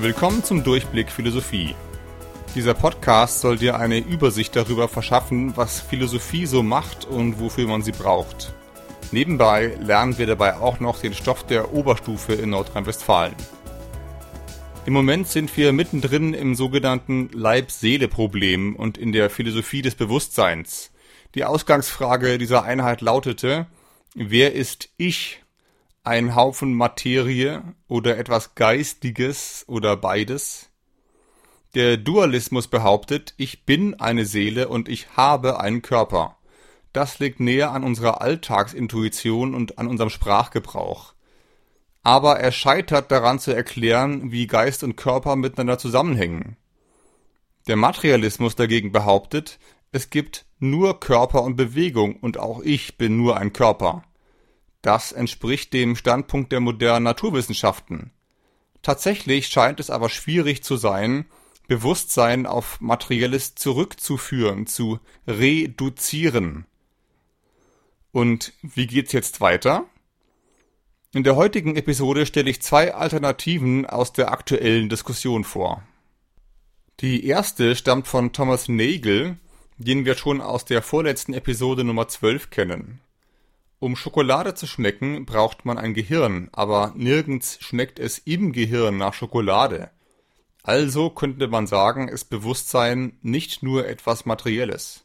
Willkommen zum Durchblick Philosophie. Dieser Podcast soll dir eine Übersicht darüber verschaffen, was Philosophie so macht und wofür man sie braucht. Nebenbei lernen wir dabei auch noch den Stoff der Oberstufe in Nordrhein-Westfalen. Im Moment sind wir mittendrin im sogenannten Leib-Seele-Problem und in der Philosophie des Bewusstseins. Die Ausgangsfrage dieser Einheit lautete: Wer ist ich? Ein Haufen Materie oder etwas Geistiges oder beides? Der Dualismus behauptet, ich bin eine Seele und ich habe einen Körper. Das liegt näher an unserer Alltagsintuition und an unserem Sprachgebrauch. Aber er scheitert daran zu erklären, wie Geist und Körper miteinander zusammenhängen. Der Materialismus dagegen behauptet, es gibt nur Körper und Bewegung und auch ich bin nur ein Körper. Das entspricht dem Standpunkt der modernen Naturwissenschaften. Tatsächlich scheint es aber schwierig zu sein, Bewusstsein auf Materielles zurückzuführen, zu reduzieren. Und wie geht's jetzt weiter? In der heutigen Episode stelle ich 2 Alternativen aus der aktuellen Diskussion vor. Die erste stammt von Thomas Nagel, den wir schon aus der vorletzten Episode Nummer 12 kennen. Um Schokolade zu schmecken, braucht man ein Gehirn, aber nirgends schmeckt es im Gehirn nach Schokolade. Also könnte man sagen, ist Bewusstsein nicht nur etwas Materielles.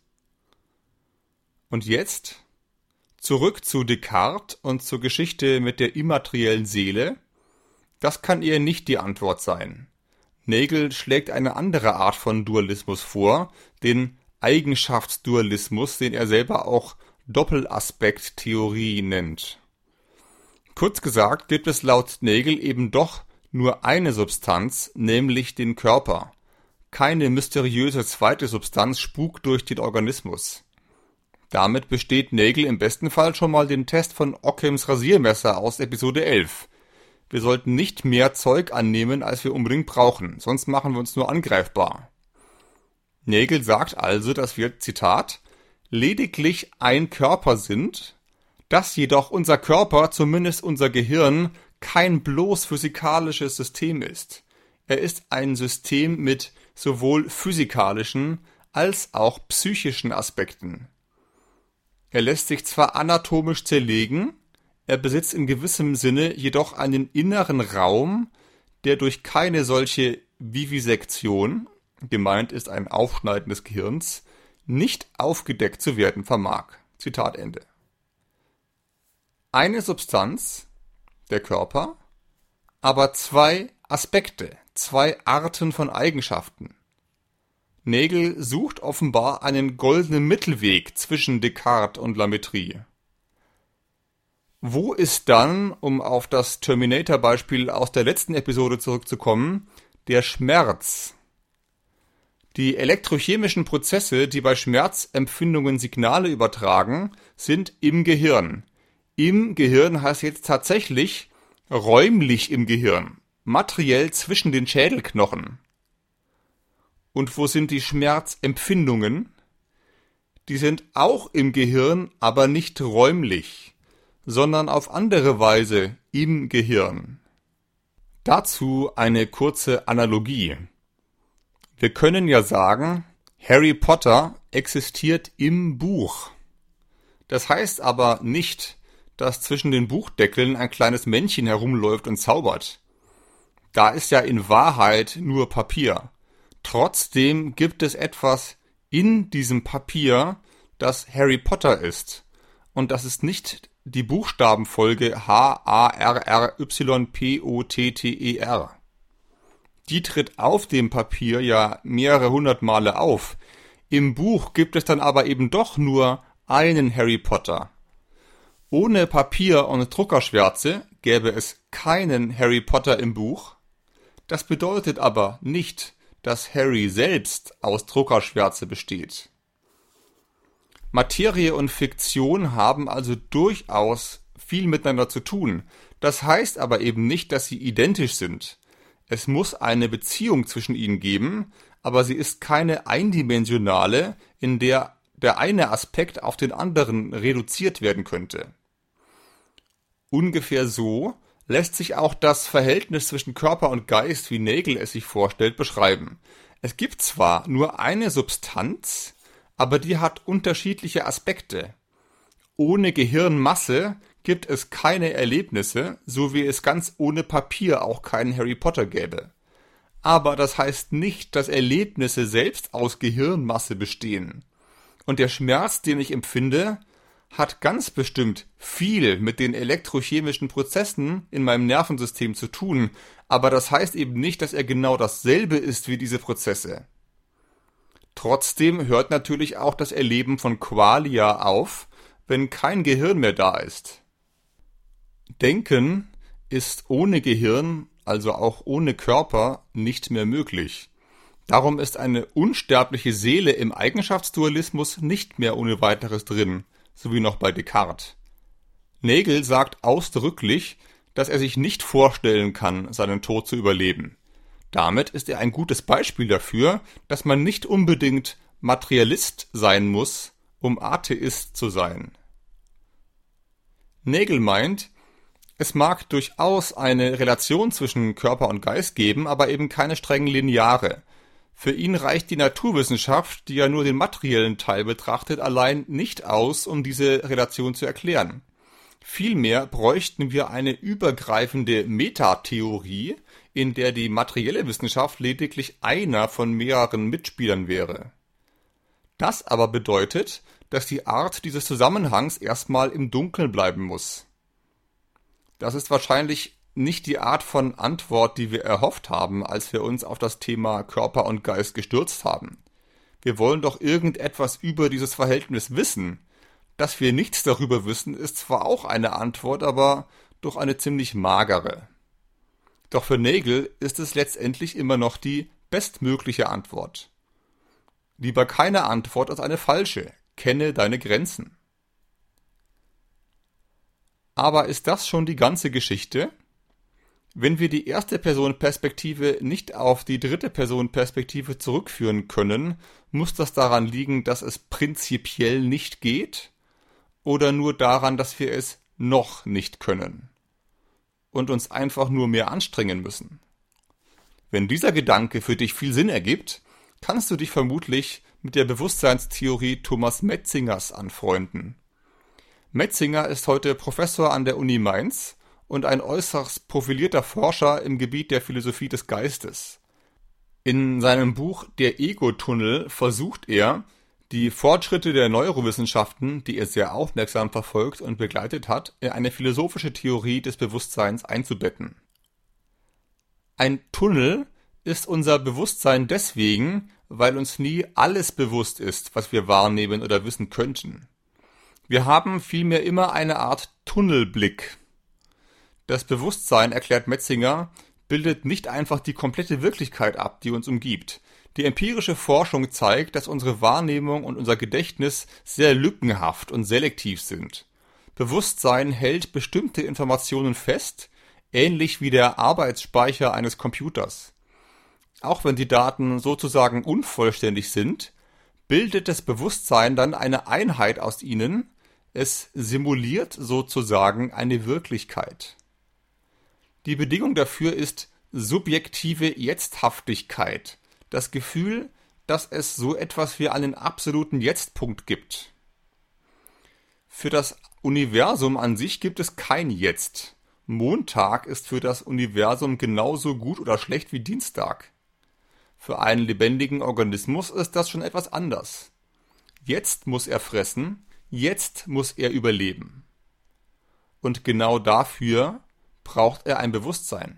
Und jetzt zurück zu Descartes und zur Geschichte mit der immateriellen Seele. Das kann eher nicht die Antwort sein. Nagel schlägt eine andere Art von Dualismus vor, den Eigenschaftsdualismus, den er selber auch Doppelaspekttheorie nennt. Kurz gesagt gibt es laut Nagel eben doch nur eine Substanz, nämlich den Körper. Keine mysteriöse zweite Substanz spukt durch den Organismus. Damit besteht Nagel im besten Fall schon mal den Test von Ockhams Rasiermesser aus Episode 11. Wir sollten nicht mehr Zeug annehmen, als wir unbedingt brauchen, sonst machen wir uns nur angreifbar. Nagel sagt also, dass wir, Zitat, lediglich ein Körper sind, dass jedoch unser Körper, zumindest unser Gehirn, kein bloß physikalisches System ist. Er ist ein System mit sowohl physikalischen als auch psychischen Aspekten. Er lässt sich zwar anatomisch zerlegen, er besitzt in gewissem Sinne jedoch einen inneren Raum, der durch keine solche Vivisektion, gemeint ist ein Aufschneiden des Gehirns, nicht aufgedeckt zu werden vermag. Zitat Ende. Eine Substanz, der Körper, aber 2 Aspekte, 2 Arten von Eigenschaften. Nagel sucht offenbar einen goldenen Mittelweg zwischen Descartes und La Mettrie. Wo ist dann, um auf das Terminator-Beispiel aus der letzten Episode zurückzukommen, der Schmerz? Die elektrochemischen Prozesse, die bei Schmerzempfindungen Signale übertragen, sind im Gehirn. Im Gehirn heißt jetzt tatsächlich räumlich im Gehirn, materiell zwischen den Schädelknochen. Und wo sind die Schmerzempfindungen? Die sind auch im Gehirn, aber nicht räumlich, sondern auf andere Weise im Gehirn. Dazu eine kurze Analogie. Wir können ja sagen, Harry Potter existiert im Buch. Das heißt aber nicht, dass zwischen den Buchdeckeln ein kleines Männchen herumläuft und zaubert. Da ist ja in Wahrheit nur Papier. Trotzdem gibt es etwas in diesem Papier, das Harry Potter ist. Und das ist nicht die Buchstabenfolge HARRYPOTTER. Die tritt auf dem Papier ja mehrere hundert Male auf. Im Buch gibt es dann aber eben doch nur einen Harry Potter. Ohne Papier und Druckerschwärze gäbe es keinen Harry Potter im Buch. Das bedeutet aber nicht, dass Harry selbst aus Druckerschwärze besteht. Materie und Fiktion haben also durchaus viel miteinander zu tun. Das heißt aber eben nicht, dass sie identisch sind. Es muss eine Beziehung zwischen ihnen geben, aber sie ist keine eindimensionale, in der der eine Aspekt auf den anderen reduziert werden könnte. Ungefähr so, lässt sich auch das Verhältnis zwischen Körper und Geist, wie Nagel es sich vorstellt, beschreiben. Es gibt zwar nur eine Substanz, aber die hat unterschiedliche Aspekte. Ohne Gehirnmasse gibt es keine Erlebnisse, so wie es ganz ohne Papier auch keinen Harry Potter gäbe. Aber das heißt nicht, dass Erlebnisse selbst aus Gehirnmasse bestehen. Und der Schmerz, den ich empfinde, hat ganz bestimmt viel mit den elektrochemischen Prozessen in meinem Nervensystem zu tun, aber das heißt eben nicht, dass er genau dasselbe ist wie diese Prozesse. Trotzdem hört natürlich auch das Erleben von Qualia auf, wenn kein Gehirn mehr da ist. Denken ist ohne Gehirn, also auch ohne Körper, nicht mehr möglich. Darum ist eine unsterbliche Seele im Eigenschaftsdualismus nicht mehr ohne weiteres drin, so wie noch bei Descartes. Nagel sagt ausdrücklich, dass er sich nicht vorstellen kann, seinen Tod zu überleben. Damit ist er ein gutes Beispiel dafür, dass man nicht unbedingt Materialist sein muss, um Atheist zu sein. Nagel meint, es mag durchaus eine Relation zwischen Körper und Geist geben, aber eben keine streng lineare. Für ihn reicht die Naturwissenschaft, die ja nur den materiellen Teil betrachtet, allein nicht aus, um diese Relation zu erklären. Vielmehr bräuchten wir eine übergreifende Metatheorie, in der die materielle Wissenschaft lediglich einer von mehreren Mitspielern wäre. Das aber bedeutet, dass die Art dieses Zusammenhangs erstmal im Dunkeln bleiben muss. Das ist wahrscheinlich nicht die Art von Antwort, die wir erhofft haben, als wir uns auf das Thema Körper und Geist gestürzt haben. Wir wollen doch irgendetwas über dieses Verhältnis wissen. Dass wir nichts darüber wissen, ist zwar auch eine Antwort, aber doch eine ziemlich magere. Doch für Nagel ist es letztendlich immer noch die bestmögliche Antwort. Lieber keine Antwort als eine falsche. Kenne deine Grenzen. Aber ist das schon die ganze Geschichte? Wenn wir die Erste-Person-Perspektive nicht auf die Dritte-Person-Perspektive zurückführen können, muss das daran liegen, dass es prinzipiell nicht geht? Oder nur daran, dass wir es noch nicht können und uns einfach nur mehr anstrengen müssen? Wenn dieser Gedanke für dich viel Sinn ergibt, kannst du dich vermutlich mit der Bewusstseinstheorie Thomas Metzingers anfreunden. Metzinger ist heute Professor an der Uni Mainz und ein äußerst profilierter Forscher im Gebiet der Philosophie des Geistes. In seinem Buch Der Ego-Tunnel versucht er, die Fortschritte der Neurowissenschaften, die er sehr aufmerksam verfolgt und begleitet hat, in eine philosophische Theorie des Bewusstseins einzubetten. Ein Tunnel ist unser Bewusstsein deswegen, weil uns nie alles bewusst ist, was wir wahrnehmen oder wissen könnten. Wir haben vielmehr immer eine Art Tunnelblick. Das Bewusstsein, erklärt Metzinger, bildet nicht einfach die komplette Wirklichkeit ab, die uns umgibt. Die empirische Forschung zeigt, dass unsere Wahrnehmung und unser Gedächtnis sehr lückenhaft und selektiv sind. Bewusstsein hält bestimmte Informationen fest, ähnlich wie der Arbeitsspeicher eines Computers. Auch wenn die Daten sozusagen unvollständig sind, bildet das Bewusstsein dann eine Einheit aus ihnen, es simuliert sozusagen eine Wirklichkeit. Die Bedingung dafür ist subjektive Jetzthaftigkeit, das Gefühl, dass es so etwas wie einen absoluten Jetztpunkt gibt. Für das Universum an sich gibt es kein Jetzt. Montag ist für das Universum genauso gut oder schlecht wie Dienstag. Für einen lebendigen Organismus ist das schon etwas anders. Jetzt muss er fressen, jetzt muss er überleben. Und genau dafür braucht er ein Bewusstsein.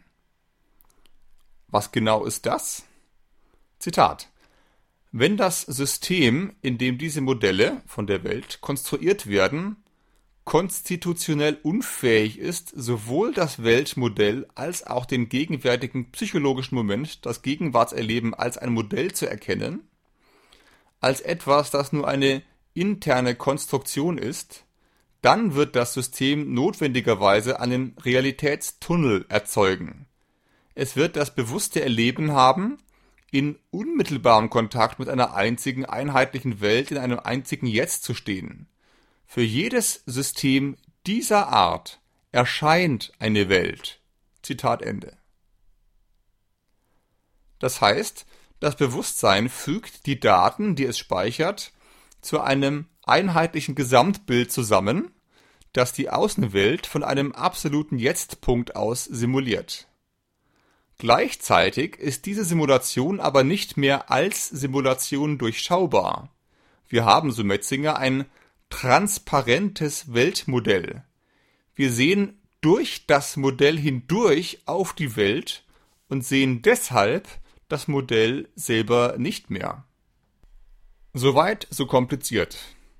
Was genau ist das? Zitat: Wenn das System, in dem diese Modelle von der Welt konstruiert werden, konstitutionell unfähig ist, sowohl das Weltmodell als auch den gegenwärtigen psychologischen Moment, das Gegenwartserleben als ein Modell zu erkennen, als etwas, das nur eine interne Konstruktion ist, dann wird das System notwendigerweise einen Realitätstunnel erzeugen. Es wird das bewusste Erleben haben, in unmittelbarem Kontakt mit einer einzigen einheitlichen Welt in einem einzigen Jetzt zu stehen. Für jedes System dieser Art erscheint eine Welt. Zitat Ende. Das heißt, das Bewusstsein fügt die Daten, die es speichert, zu einem einheitlichen Gesamtbild zusammen, das die Außenwelt von einem absoluten Jetzt-Punkt aus simuliert. Gleichzeitig ist diese Simulation aber nicht mehr als Simulation durchschaubar. Wir haben, so Metzinger, ein transparentes Weltmodell. Wir sehen durch das Modell hindurch auf die Welt und sehen deshalb das Modell selber nicht mehr. Soweit, so kompliziert.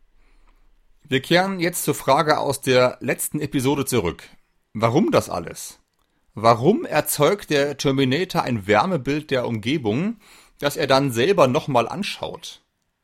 Wir kehren jetzt zur Frage aus der letzten Episode zurück. Warum das alles? Warum erzeugt der Terminator ein Wärmebild der Umgebung, das er dann selber nochmal anschaut?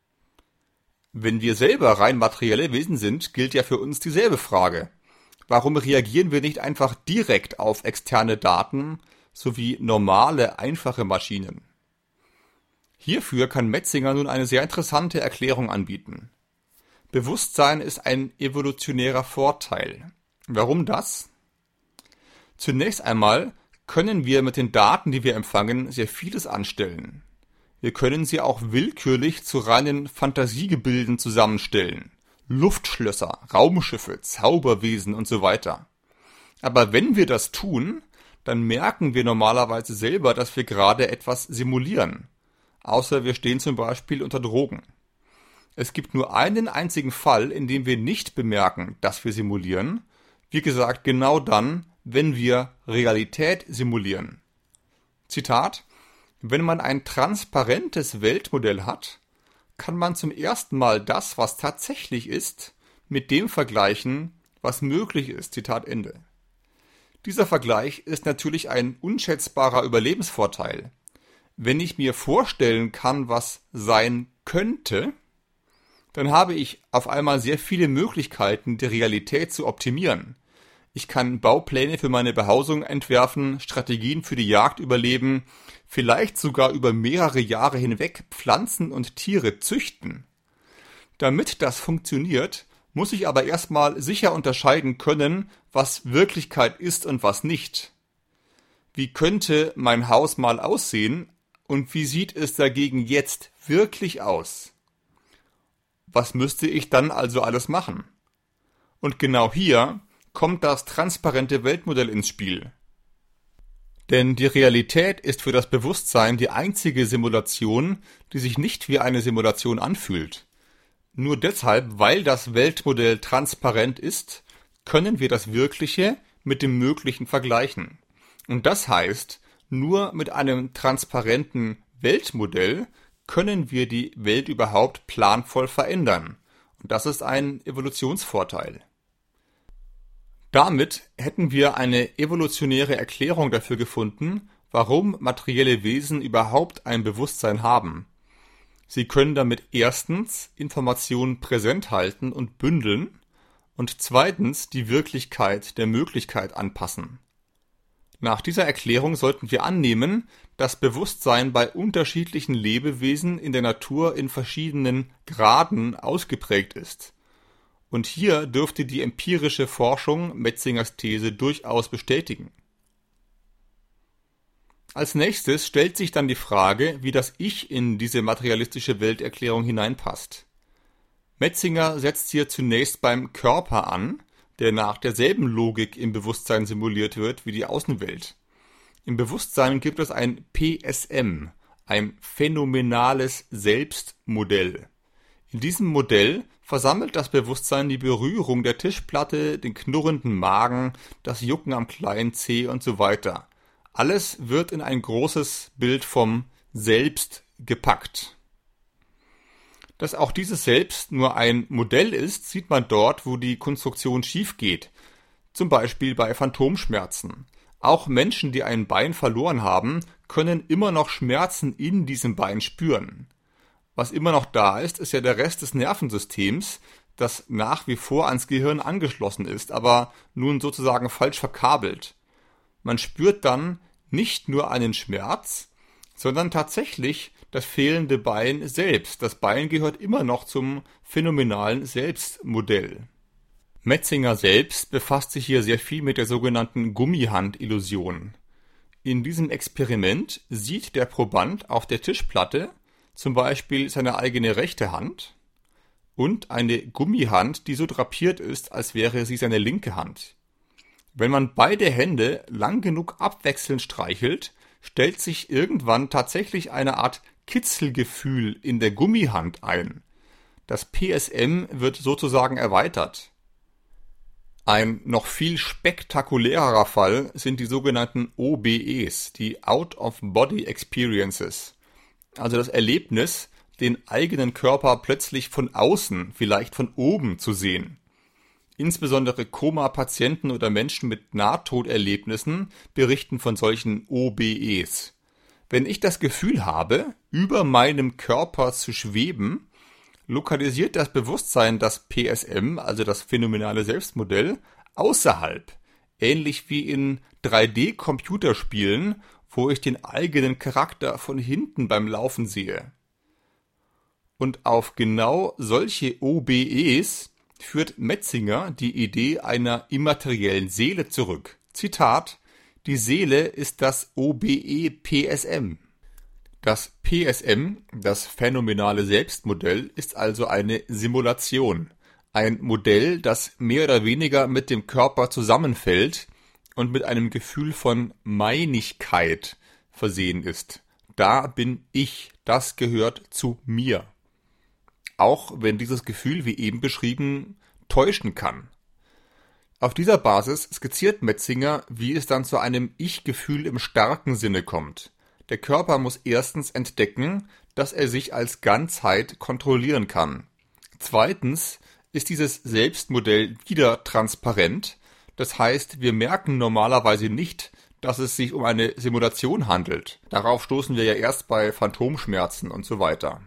Wenn wir selber rein materielle Wesen sind, gilt ja für uns dieselbe Frage. Warum reagieren wir nicht einfach direkt auf externe Daten, sowie normale, einfache Maschinen? Hierfür kann Metzinger nun eine sehr interessante Erklärung anbieten. Bewusstsein ist ein evolutionärer Vorteil. Warum das? Zunächst einmal können wir mit den Daten, die wir empfangen, sehr vieles anstellen. Wir können sie auch willkürlich zu reinen Fantasiegebilden zusammenstellen. Luftschlösser, Raumschiffe, Zauberwesen und so weiter. Aber wenn wir das tun, dann merken wir normalerweise selber, dass wir gerade etwas simulieren. Außer wir stehen zum Beispiel unter Drogen. Es gibt nur einen einzigen Fall, in dem wir nicht bemerken, dass wir simulieren. Wie gesagt, genau dann, wenn wir Realität simulieren. Zitat: Wenn man ein transparentes Weltmodell hat, kann man zum ersten Mal das, was tatsächlich ist, mit dem vergleichen, was möglich ist. Zitat Ende. Dieser Vergleich ist natürlich ein unschätzbarer Überlebensvorteil. Wenn ich mir vorstellen kann, was sein könnte, dann habe ich auf einmal sehr viele Möglichkeiten, die Realität zu optimieren. Ich kann Baupläne für meine Behausung entwerfen, Strategien für die Jagd überleben, vielleicht sogar über mehrere Jahre hinweg Pflanzen und Tiere züchten. Damit das funktioniert, muss ich aber erstmal sicher unterscheiden können, was Wirklichkeit ist und was nicht. Wie könnte mein Haus mal aussehen und wie sieht es dagegen jetzt wirklich aus? Was müsste ich dann also alles machen? Und genau hier kommt das transparente Weltmodell ins Spiel. Denn die Realität ist für das Bewusstsein die einzige Simulation, die sich nicht wie eine Simulation anfühlt. Nur deshalb, weil das Weltmodell transparent ist, können wir das Wirkliche mit dem Möglichen vergleichen. Und das heißt, nur mit einem transparenten Weltmodell können wir die Welt überhaupt planvoll verändern. Und das ist ein Evolutionsvorteil. Damit hätten wir eine evolutionäre Erklärung dafür gefunden, warum materielle Wesen überhaupt ein Bewusstsein haben. Sie können damit erstens Informationen präsent halten und bündeln und zweitens die Wirklichkeit der Möglichkeit anpassen. Nach dieser Erklärung sollten wir annehmen, dass Bewusstsein bei unterschiedlichen Lebewesen in der Natur in verschiedenen Graden ausgeprägt ist. Und hier dürfte die empirische Forschung Metzingers These durchaus bestätigen. Als nächstes stellt sich dann die Frage, wie das Ich in diese materialistische Welterklärung hineinpasst. Metzinger setzt hier zunächst beim Körper an, der nach derselben Logik im Bewusstsein simuliert wird wie die Außenwelt. Im Bewusstsein gibt es ein PSM, ein phänomenales Selbstmodell. In diesem Modell versammelt das Bewusstsein die Berührung der Tischplatte, den knurrenden Magen, das Jucken am kleinen Zeh und so weiter. Alles wird in ein großes Bild vom Selbst gepackt. Dass auch dieses Selbst nur ein Modell ist, sieht man dort, wo die Konstruktion schief geht. Zum Beispiel bei Phantomschmerzen. Auch Menschen, die ein Bein verloren haben, können immer noch Schmerzen in diesem Bein spüren. Was immer noch da ist, ist ja der Rest des Nervensystems, das nach wie vor ans Gehirn angeschlossen ist, aber nun sozusagen falsch verkabelt. Man spürt dann nicht nur einen Schmerz, sondern tatsächlich das fehlende Bein selbst. Das Bein gehört immer noch zum phänomenalen Selbstmodell. Metzinger selbst befasst sich hier sehr viel mit der sogenannten Gummihand-Illusion. In diesem Experiment sieht der Proband auf der Tischplatte zum Beispiel seine eigene rechte Hand und eine Gummihand, die so drapiert ist, als wäre sie seine linke Hand. Wenn man beide Hände lang genug abwechselnd streichelt, stellt sich irgendwann tatsächlich eine Art Kitzelgefühl in der Gummihand ein. Das PSM wird sozusagen erweitert. Ein noch viel spektakulärer Fall sind die sogenannten OBEs, die Out-of-Body Experiences. Also das Erlebnis, den eigenen Körper plötzlich von außen, vielleicht von oben zu sehen. Insbesondere Koma-Patienten oder Menschen mit Nahtoderlebnissen berichten von solchen OBEs. Wenn ich das Gefühl habe, über meinem Körper zu schweben, lokalisiert das Bewusstsein das PSM, also das phänomenale Selbstmodell, außerhalb, ähnlich wie in 3D-Computerspielen, wo ich den eigenen Charakter von hinten beim Laufen sehe. Und auf genau solche OBEs führt Metzinger die Idee einer immateriellen Seele zurück. Zitat: Die Seele ist das OBE-PSM. Das PSM, das phänomenale Selbstmodell, ist also eine Simulation. Ein Modell, das mehr oder weniger mit dem Körper zusammenfällt und mit einem Gefühl von Meinigkeit versehen ist. Da bin ich, das gehört zu mir. Auch wenn dieses Gefühl, wie eben beschrieben, täuschen kann. Auf dieser Basis skizziert Metzinger, wie es dann zu einem Ich-Gefühl im starken Sinne kommt. Der Körper muss erstens entdecken, dass er sich als Ganzheit kontrollieren kann. Zweitens ist dieses Selbstmodell wieder transparent. Das heißt, wir merken normalerweise nicht, dass es sich um eine Simulation handelt. Darauf stoßen wir ja erst bei Phantomschmerzen und so weiter.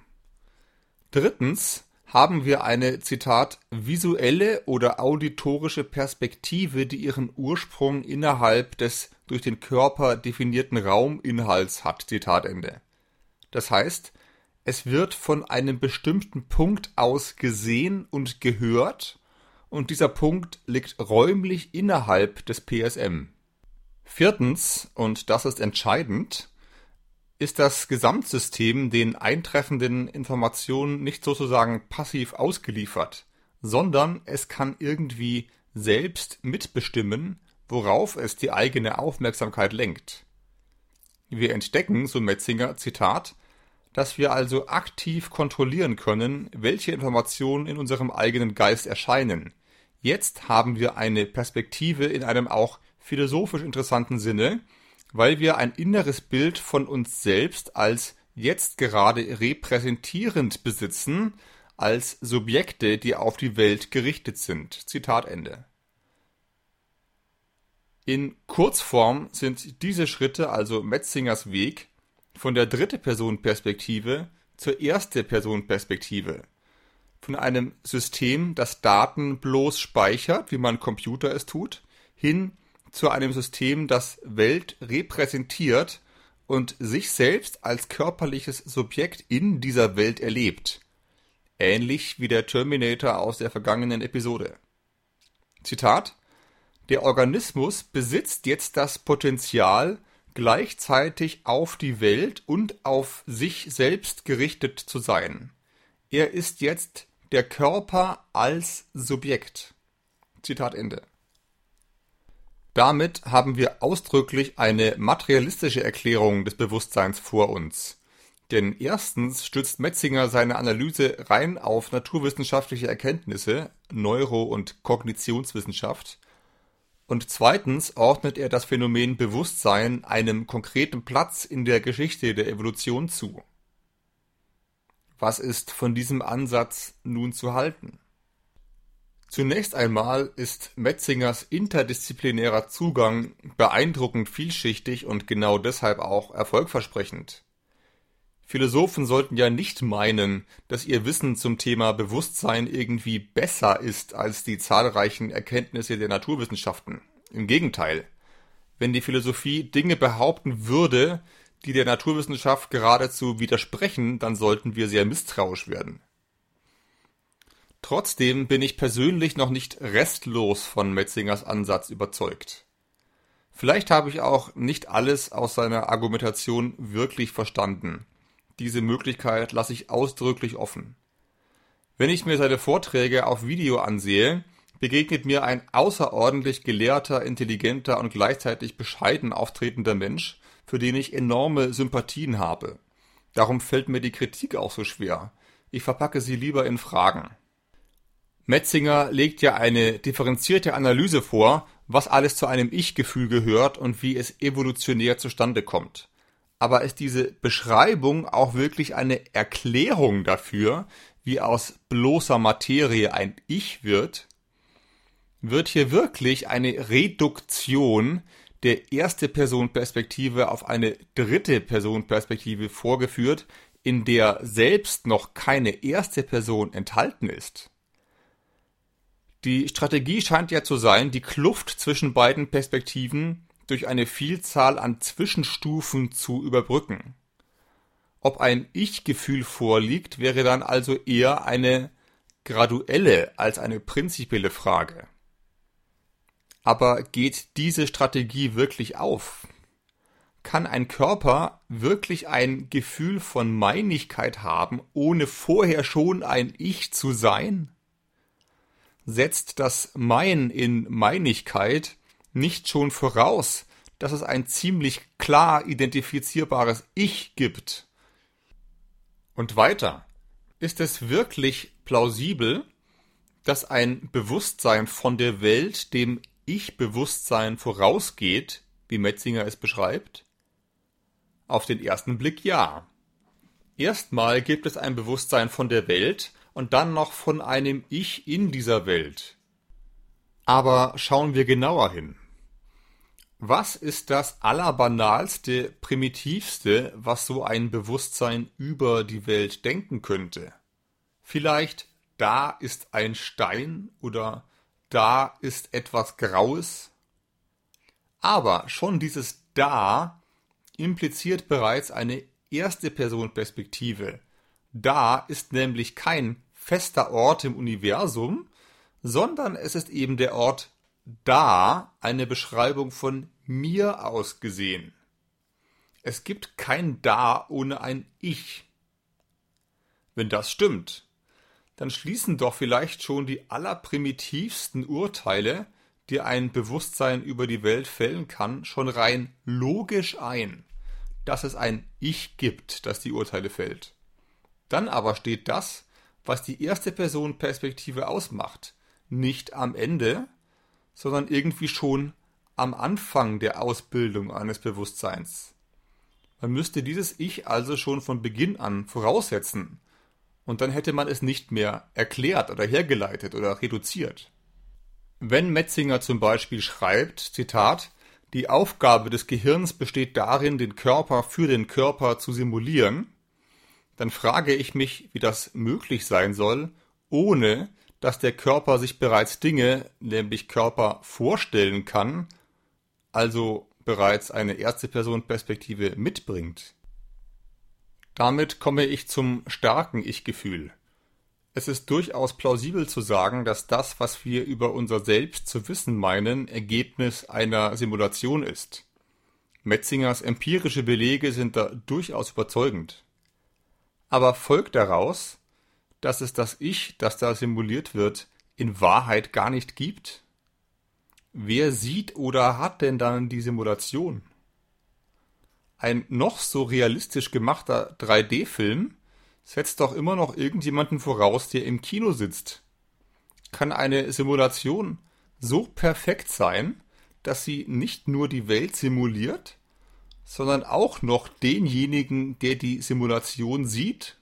Drittens haben wir eine, Zitat, visuelle oder auditorische Perspektive, die ihren Ursprung innerhalb des durch den Körper definierten Rauminhalts hat, Zitat Ende. Das heißt, es wird von einem bestimmten Punkt aus gesehen und gehört und dieser Punkt liegt räumlich innerhalb des PSM. Viertens, und das ist entscheidend, ist das Gesamtsystem den eintreffenden Informationen nicht sozusagen passiv ausgeliefert, sondern es kann irgendwie selbst mitbestimmen, worauf es die eigene Aufmerksamkeit lenkt. Wir entdecken, so Metzinger, Zitat, dass wir also aktiv kontrollieren können, welche Informationen in unserem eigenen Geist erscheinen. Jetzt haben wir eine Perspektive in einem auch philosophisch interessanten Sinne, weil wir ein inneres Bild von uns selbst als jetzt gerade repräsentierend besitzen, als Subjekte, die auf die Welt gerichtet sind. Zitat Ende. In Kurzform sind diese Schritte, also Metzingers Weg, von der Dritte-Person-Perspektive zur Erste-Person-Perspektive. Von einem System, das Daten bloß speichert, wie man Computer es tut, hin zu einem System, das Welt repräsentiert und sich selbst als körperliches Subjekt in dieser Welt erlebt. Ähnlich wie der Terminator aus der vergangenen Episode. Zitat: Der Organismus besitzt jetzt das Potenzial, gleichzeitig auf die Welt und auf sich selbst gerichtet zu sein. Er ist jetzt der Körper als Subjekt. Zitat Ende. Damit haben wir ausdrücklich eine materialistische Erklärung des Bewusstseins vor uns. Denn erstens stützt Metzinger seine Analyse rein auf naturwissenschaftliche Erkenntnisse, Neuro- und Kognitionswissenschaft, und zweitens ordnet er das Phänomen Bewusstsein einem konkreten Platz in der Geschichte der Evolution zu. Was ist von diesem Ansatz nun zu halten? Zunächst einmal ist Metzingers interdisziplinärer Zugang beeindruckend vielschichtig und genau deshalb auch erfolgversprechend. Philosophen sollten ja nicht meinen, dass ihr Wissen zum Thema Bewusstsein irgendwie besser ist als die zahlreichen Erkenntnisse der Naturwissenschaften. Im Gegenteil, wenn die Philosophie Dinge behaupten würde, die der Naturwissenschaft geradezu widersprechen, dann sollten wir sehr misstrauisch werden. Trotzdem bin ich persönlich noch nicht restlos von Metzingers Ansatz überzeugt. Vielleicht habe ich auch nicht alles aus seiner Argumentation wirklich verstanden. Diese Möglichkeit lasse ich ausdrücklich offen. Wenn ich mir seine Vorträge auf Video ansehe, begegnet mir ein außerordentlich gelehrter, intelligenter und gleichzeitig bescheiden auftretender Mensch, für den ich enorme Sympathien habe. Darum fällt mir die Kritik auch so schwer. Ich verpacke sie lieber in Fragen. Metzinger legt ja eine differenzierte Analyse vor, was alles zu einem Ich-Gefühl gehört und wie es evolutionär zustande kommt. Aber ist diese Beschreibung auch wirklich eine Erklärung dafür, wie aus bloßer Materie ein Ich wird? Wird hier wirklich eine Reduktion der Erste-Person-Perspektive auf eine Dritte-Person-Perspektive vorgeführt, in der selbst noch keine erste Person enthalten ist? Die Strategie scheint ja zu sein, die Kluft zwischen beiden Perspektiven durch eine Vielzahl an Zwischenstufen zu überbrücken. Ob ein Ich-Gefühl vorliegt, wäre dann also eher eine graduelle als eine prinzipielle Frage. Aber geht diese Strategie wirklich auf? Kann ein Körper wirklich ein Gefühl von Meinigkeit haben, ohne vorher schon ein Ich zu sein? Setzt das Mein in Meinigkeit nicht schon voraus, dass es ein ziemlich klar identifizierbares Ich gibt? Und weiter, ist es wirklich plausibel, dass ein Bewusstsein von der Welt dem Ich-Bewusstsein vorausgeht, wie Metzinger es beschreibt? Auf den ersten Blick ja. Erstmal gibt es ein Bewusstsein von der Welt und dann noch von einem Ich in dieser Welt. Aber schauen wir genauer hin. Was ist das Allerbanalste, Primitivste, was so ein Bewusstsein über die Welt denken könnte? Vielleicht, da ist ein Stein oder da ist etwas Graues? Aber schon dieses Da impliziert bereits eine Erste-Person-Perspektive. Da ist nämlich kein fester Ort im Universum, sondern es ist eben der Ort da, eine Beschreibung von mir aus gesehen. Es gibt kein Da ohne ein Ich. Wenn das stimmt, dann schließen doch vielleicht schon die allerprimitivsten Urteile, die ein Bewusstsein über die Welt fällen kann, schon rein logisch ein, dass es ein Ich gibt, das die Urteile fällt. Dann aber steht das, was die Erste-Person-Perspektive ausmacht, nicht am Ende, sondern irgendwie schon am Anfang der Ausbildung eines Bewusstseins. Man müsste dieses Ich also schon von Beginn an voraussetzen, und dann hätte man es nicht mehr erklärt oder hergeleitet oder reduziert. Wenn Metzinger zum Beispiel schreibt, Zitat, die Aufgabe des Gehirns besteht darin, den Körper für den Körper zu simulieren, dann frage ich mich, wie das möglich sein soll, ohne dass der Körper sich bereits Dinge, nämlich Körper, vorstellen kann, also bereits eine Erste-Person-Perspektive mitbringt. Damit komme ich zum starken Ich-Gefühl. Es ist durchaus plausibel zu sagen, dass das, was wir über unser Selbst zu wissen meinen, Ergebnis einer Simulation ist. Metzingers empirische Belege sind da durchaus überzeugend. Aber folgt daraus, dass es das Ich, das da simuliert wird, in Wahrheit gar nicht gibt? Wer sieht oder hat denn dann die Simulation? Ein noch so realistisch gemachter 3D-Film setzt doch immer noch irgendjemanden voraus, der im Kino sitzt. Kann eine Simulation so perfekt sein, dass sie nicht nur die Welt simuliert, sondern auch noch denjenigen, der die Simulation sieht?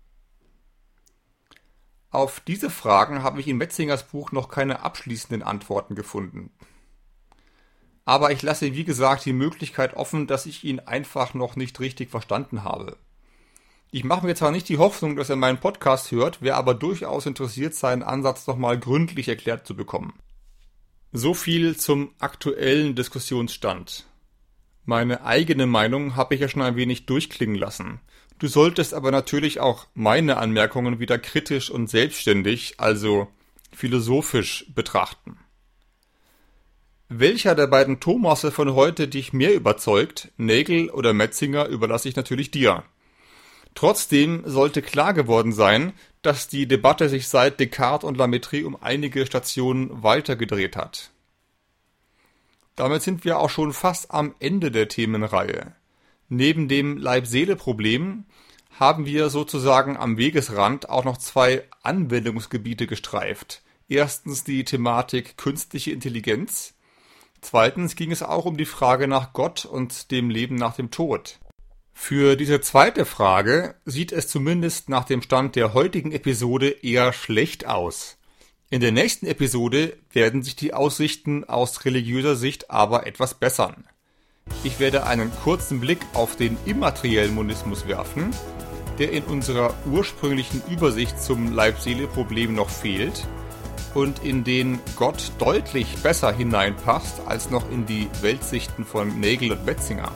Auf diese Fragen habe ich in Metzingers Buch noch keine abschließenden Antworten gefunden. Aber ich lasse, wie gesagt, die Möglichkeit offen, dass ich ihn einfach noch nicht richtig verstanden habe. Ich mache mir zwar nicht die Hoffnung, dass er meinen Podcast hört, wäre aber durchaus interessiert, seinen Ansatz nochmal gründlich erklärt zu bekommen. So viel zum aktuellen Diskussionsstand. Meine eigene Meinung habe ich ja schon ein wenig durchklingen lassen. Du solltest aber natürlich auch meine Anmerkungen wieder kritisch und selbstständig, also philosophisch betrachten. Welcher der beiden Thomasse von heute dich mehr überzeugt, Nagel oder Metzinger, überlasse ich natürlich dir. Trotzdem sollte klar geworden sein, dass die Debatte sich seit Descartes und La Mettrie um einige Stationen weitergedreht hat. Damit sind wir auch schon fast am Ende der Themenreihe. Neben dem Leib-Seele-Problem haben wir sozusagen am Wegesrand auch noch 2 Anwendungsgebiete gestreift. Erstens die Thematik künstliche Intelligenz. Zweitens ging es auch um die Frage nach Gott und dem Leben nach dem Tod. Für diese zweite Frage sieht es zumindest nach dem Stand der heutigen Episode eher schlecht aus. In der nächsten Episode werden sich die Aussichten aus religiöser Sicht aber etwas bessern. Ich werde einen kurzen Blick auf den immateriellen Monismus werfen, der in unserer ursprünglichen Übersicht zum Leib-Seele-Problem noch fehlt und in den Gott deutlich besser hineinpasst als noch in die Weltsichten von Nagel und Metzinger.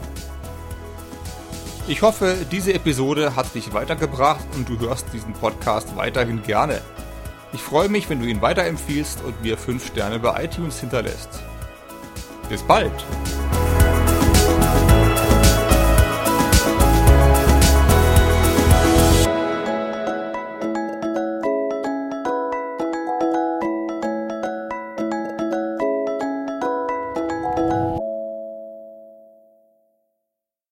Ich hoffe, diese Episode hat dich weitergebracht und du hörst diesen Podcast weiterhin gerne. Ich freue mich, wenn du ihn weiterempfiehlst und mir 5 Sterne bei iTunes hinterlässt. Bis bald!